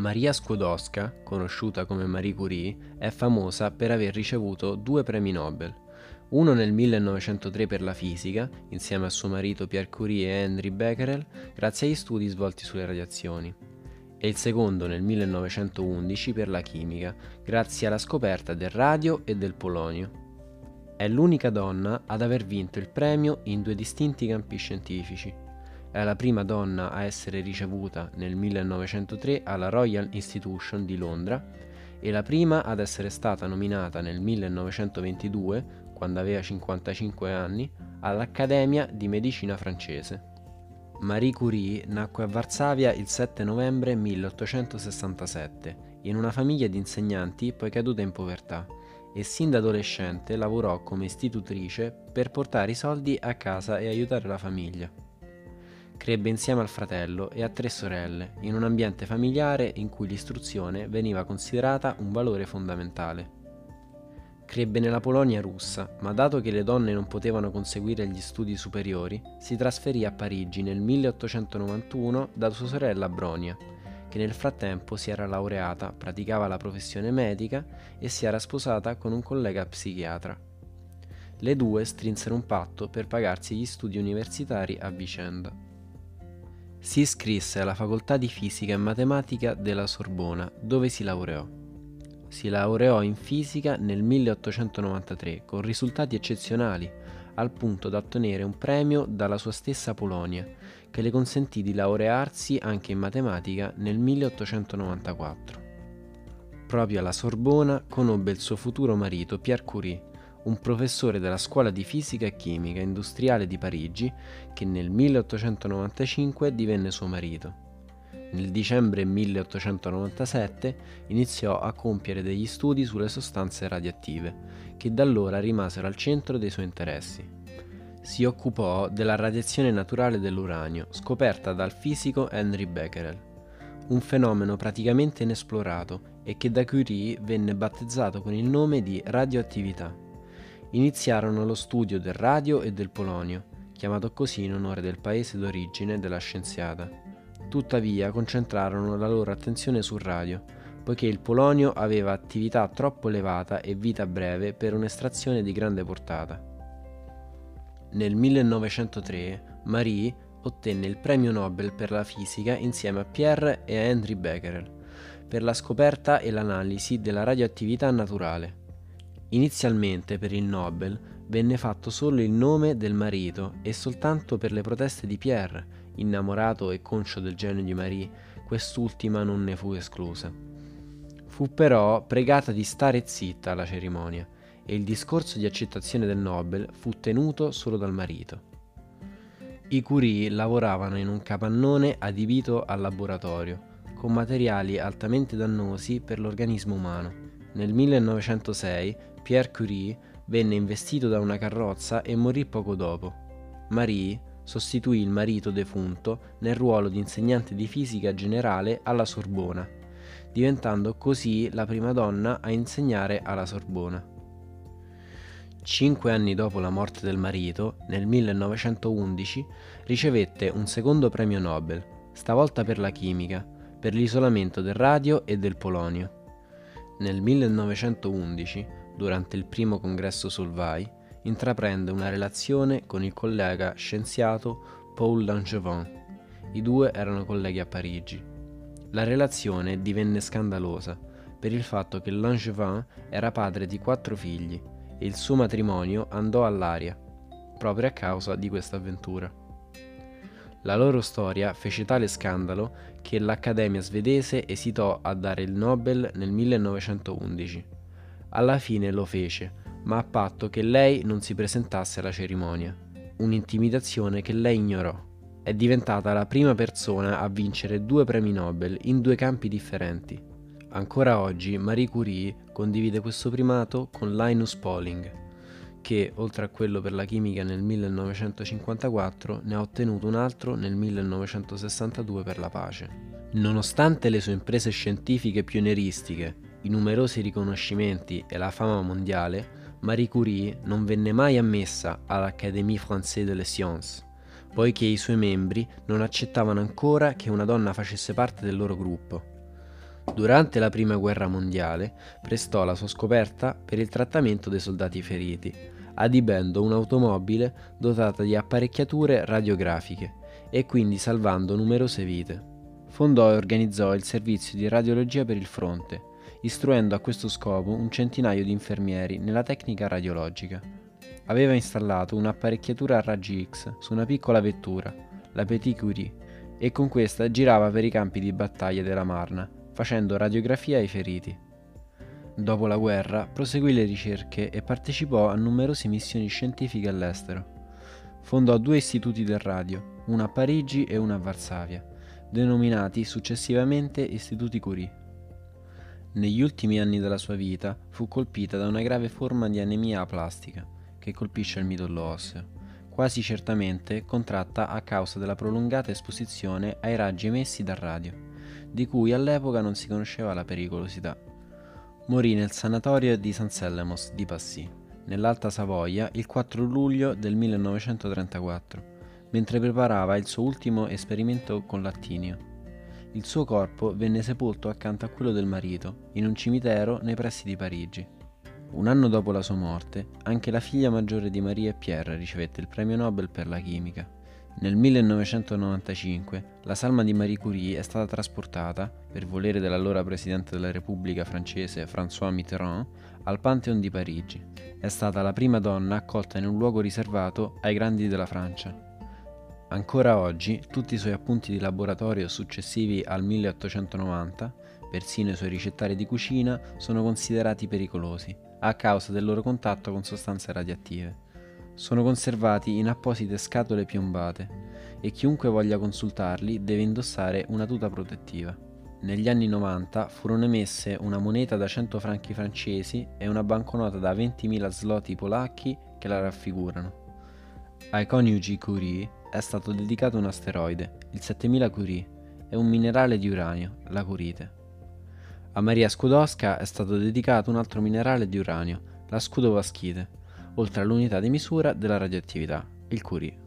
Maria Skłodowska, conosciuta come Marie Curie, è famosa per aver ricevuto 2 premi Nobel. Uno nel 1903 per la fisica, insieme a suo marito Pierre Curie e Henri Becquerel, grazie agli studi svolti sulle radiazioni, e il secondo nel 1911 per la chimica, grazie alla scoperta del radio e del polonio. È l'unica donna ad aver vinto il premio in 2 distinti campi scientifici. È la prima donna a essere ricevuta nel 1903 alla Royal Institution di Londra e la prima ad essere stata nominata nel 1922, quando aveva 55 anni, all'Accademia di Medicina francese. Marie Curie nacque a Varsavia il 7 novembre 1867 in una famiglia di insegnanti poi caduta in povertà e sin da adolescente lavorò come istitutrice per portare i soldi a casa e aiutare la famiglia. Crebbe insieme al fratello e a 3 sorelle, in un ambiente familiare in cui l'istruzione veniva considerata un valore fondamentale. Crebbe nella Polonia russa, ma dato che le donne non potevano conseguire gli studi superiori, si trasferì a Parigi nel 1891 da sua sorella Bronia, che nel frattempo si era laureata, praticava la professione medica e si era sposata con un collega psichiatra. Le due strinsero un patto per pagarsi gli studi universitari a vicenda. Si iscrisse alla facoltà di fisica e matematica della Sorbona, dove si laureò. Si laureò in fisica nel 1893 con risultati eccezionali, al punto da ottenere un premio dalla sua stessa Polonia, che le consentì di laurearsi anche in matematica nel 1894. Proprio alla Sorbona conobbe il suo futuro marito Pierre Curie, un professore della scuola di fisica e chimica industriale di Parigi che nel 1895 divenne suo marito. Nel dicembre 1897 iniziò a compiere degli studi sulle sostanze radioattive, che da allora rimasero al centro dei suoi interessi. Si occupò della radiazione naturale dell'uranio, scoperta dal fisico Henri Becquerel, un fenomeno praticamente inesplorato e che da Curie venne battezzato con il nome di radioattività. Iniziarono lo studio del radio e del polonio, chiamato così in onore del paese d'origine della scienziata. Tuttavia concentrarono la loro attenzione sul radio, poiché il polonio aveva attività troppo elevata e vita breve per un'estrazione di grande portata. Nel 1903 Marie ottenne il premio Nobel per la fisica insieme a Pierre e a Henri Becquerel per la scoperta e l'analisi della radioattività naturale. Inizialmente per il Nobel venne fatto solo il nome del marito e soltanto per le proteste di Pierre, innamorato e conscio del genio di Marie, quest'ultima non ne fu esclusa. Fu però pregata di stare zitta alla cerimonia e il discorso di accettazione del Nobel fu tenuto solo dal marito. I Curie lavoravano in un capannone adibito al laboratorio, con materiali altamente dannosi per l'organismo umano. Nel 1906 Pierre Curie venne investito da una carrozza e morì poco dopo. Marie sostituì il marito defunto nel ruolo di insegnante di fisica generale alla Sorbona, diventando così la prima donna a insegnare alla Sorbona. 5 anni dopo la morte del marito, nel 1911, ricevette un secondo premio Nobel, stavolta per la chimica, per l'isolamento del radio e del polonio. Nel 1911, durante il primo congresso Solvay, intraprende una relazione con il collega scienziato Paul Langevin. I due erano colleghi a Parigi. La relazione divenne scandalosa per il fatto che Langevin era padre di 4 figli e il suo matrimonio andò all'aria, proprio a causa di questa avventura. La loro storia fece tale scandalo che l'Accademia svedese esitò a dare il Nobel nel 1911. Alla fine lo fece, ma a patto che lei non si presentasse alla cerimonia, un'intimidazione che lei ignorò. È diventata la prima persona a vincere 2 premi Nobel in 2 campi differenti. Ancora oggi Marie Curie condivide questo primato con Linus Pauling, che, oltre a quello per la chimica nel 1954, ne ha ottenuto un altro nel 1962 per la pace. Nonostante le sue imprese scientifiche pionieristiche, i numerosi riconoscimenti e la fama mondiale, Marie Curie non venne mai ammessa all'Académie Française des Sciences, poiché i suoi membri non accettavano ancora che una donna facesse parte del loro gruppo. Durante la Prima Guerra Mondiale prestò la sua scoperta per il trattamento dei soldati feriti, adibendo un'automobile dotata di apparecchiature radiografiche e quindi salvando numerose vite. Fondò e organizzò il servizio di radiologia per il fronte, istruendo a questo scopo un centinaio di infermieri nella tecnica radiologica. Aveva installato un'apparecchiatura a raggi X su una piccola vettura, la Petit Curie, e con questa girava per i campi di battaglia della Marna, facendo radiografia ai feriti. Dopo la guerra proseguì le ricerche e partecipò a numerose missioni scientifiche all'estero. Fondò 2 istituti del radio, uno a Parigi e uno a Varsavia, denominati successivamente Istituti Curie. Negli ultimi anni della sua vita fu colpita da una grave forma di anemia aplastica che colpisce il midollo osseo, quasi certamente contratta a causa della prolungata esposizione ai raggi emessi dal radio, di cui all'epoca non si conosceva la pericolosità. Morì nel sanatorio di San Sellemos di Passy, nell'Alta Savoia, il 4 luglio del 1934, mentre preparava il suo ultimo esperimento con l'attinio. Il suo corpo venne sepolto accanto a quello del marito, in un cimitero nei pressi di Parigi. Un anno dopo la sua morte, anche la figlia maggiore di Marie e Pierre ricevette il premio Nobel per la chimica. Nel 1995 la salma di Marie Curie è stata trasportata, per volere dell'allora presidente della Repubblica francese François Mitterrand, al Pantheon di Parigi. È stata la prima donna accolta in un luogo riservato ai grandi della Francia. Ancora oggi tutti i suoi appunti di laboratorio successivi al 1890, persino i suoi ricettari di cucina, sono considerati pericolosi a causa del loro contatto con sostanze radioattive. Sono conservati in apposite scatole piombate e chiunque voglia consultarli deve indossare una tuta protettiva. Negli anni 90 furono emesse una moneta da 100 franchi francesi e una banconota da 20.000 zloty polacchi che la raffigurano. Ai coniugi Curie è stato dedicato un asteroide, il 7000 Curie, e un minerale di uranio, la curite. A Maria Skłodowska è stato dedicato un altro minerale di uranio, la scudovaschite, oltre all'unità di misura della radioattività, il Curie.